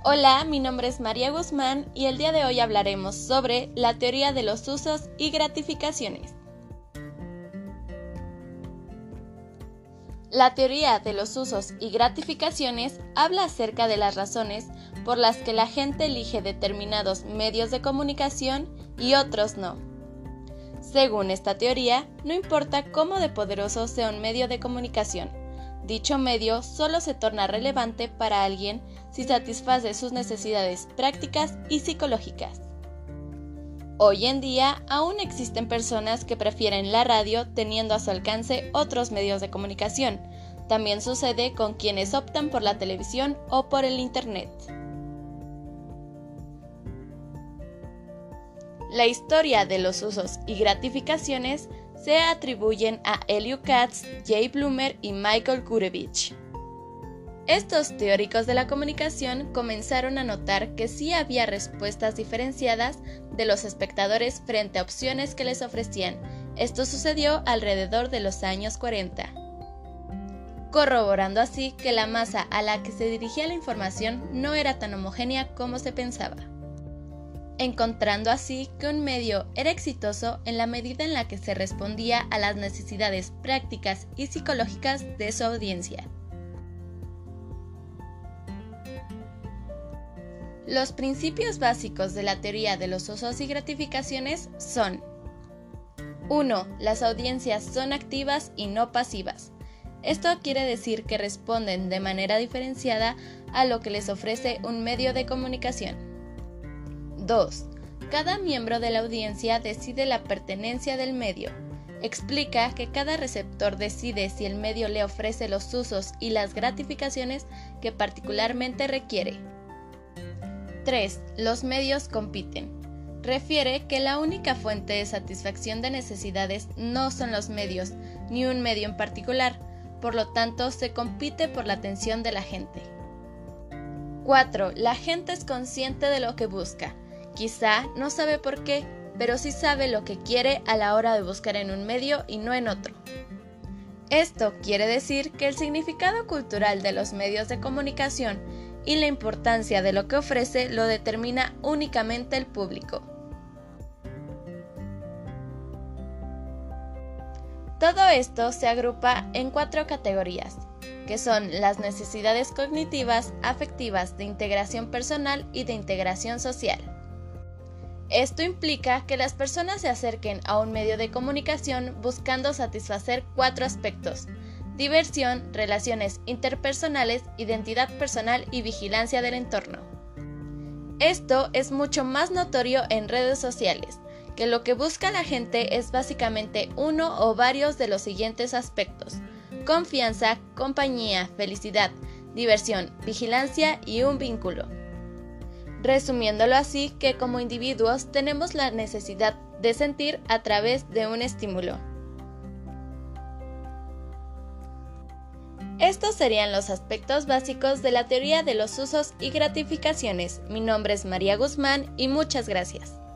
Hola, mi nombre es María Guzmán y el día de hoy hablaremos sobre la teoría de los usos y gratificaciones. La teoría de los usos y gratificaciones habla acerca de las razones por las que la gente elige determinados medios de comunicación y otros no. Según esta teoría, no importa cómo de poderoso sea un medio de comunicación, dicho medio solo se torna relevante para alguien si satisface sus necesidades prácticas y psicológicas. Hoy en día aún existen personas que prefieren la radio teniendo a su alcance otros medios de comunicación. También sucede con quienes optan por la televisión o por el internet. La historia de los usos y gratificaciones se atribuyen a Elliot Katz, Jay Bloomer y Michael Gurevich. Estos teóricos de la comunicación comenzaron a notar que sí había respuestas diferenciadas de los espectadores frente a opciones que les ofrecían. Esto sucedió alrededor de los años 40, corroborando así que la masa a la que se dirigía la información no era tan homogénea como se pensaba, encontrando así que un medio era exitoso en la medida en la que se respondía a las necesidades prácticas y psicológicas de su audiencia. Los principios básicos de la teoría de los usos y gratificaciones son: 1. Las audiencias son activas y no pasivas. Esto quiere decir que responden de manera diferenciada a lo que les ofrece un medio de comunicación. 2. Cada miembro de la audiencia decide la pertenencia del medio. Explica que cada receptor decide si el medio le ofrece los usos y las gratificaciones que particularmente requiere. 3. Los medios compiten. Refiere que la única fuente de satisfacción de necesidades no son los medios, ni un medio en particular, por lo tanto se compite por la atención de la gente. 4. La gente es consciente de lo que busca. Quizá no sabe por qué, pero sí sabe lo que quiere a la hora de buscar en un medio y no en otro. Esto quiere decir que el significado cultural de los medios de comunicación y la importancia de lo que ofrece lo determina únicamente el público. Todo esto se agrupa en 4 categorías, que son las necesidades cognitivas, afectivas, de integración personal y de integración social. Esto implica que las personas se acerquen a un medio de comunicación buscando satisfacer 4 aspectos: diversión, relaciones interpersonales, identidad personal y vigilancia del entorno. Esto es mucho más notorio en redes sociales, que lo que busca la gente es básicamente uno o varios de los siguientes aspectos: confianza, compañía, felicidad, diversión, vigilancia y un vínculo. Resumiéndolo así, que como individuos tenemos la necesidad de sentir a través de un estímulo. Estos serían los aspectos básicos de la teoría de los usos y gratificaciones. Mi nombre es María Guzmán y muchas gracias.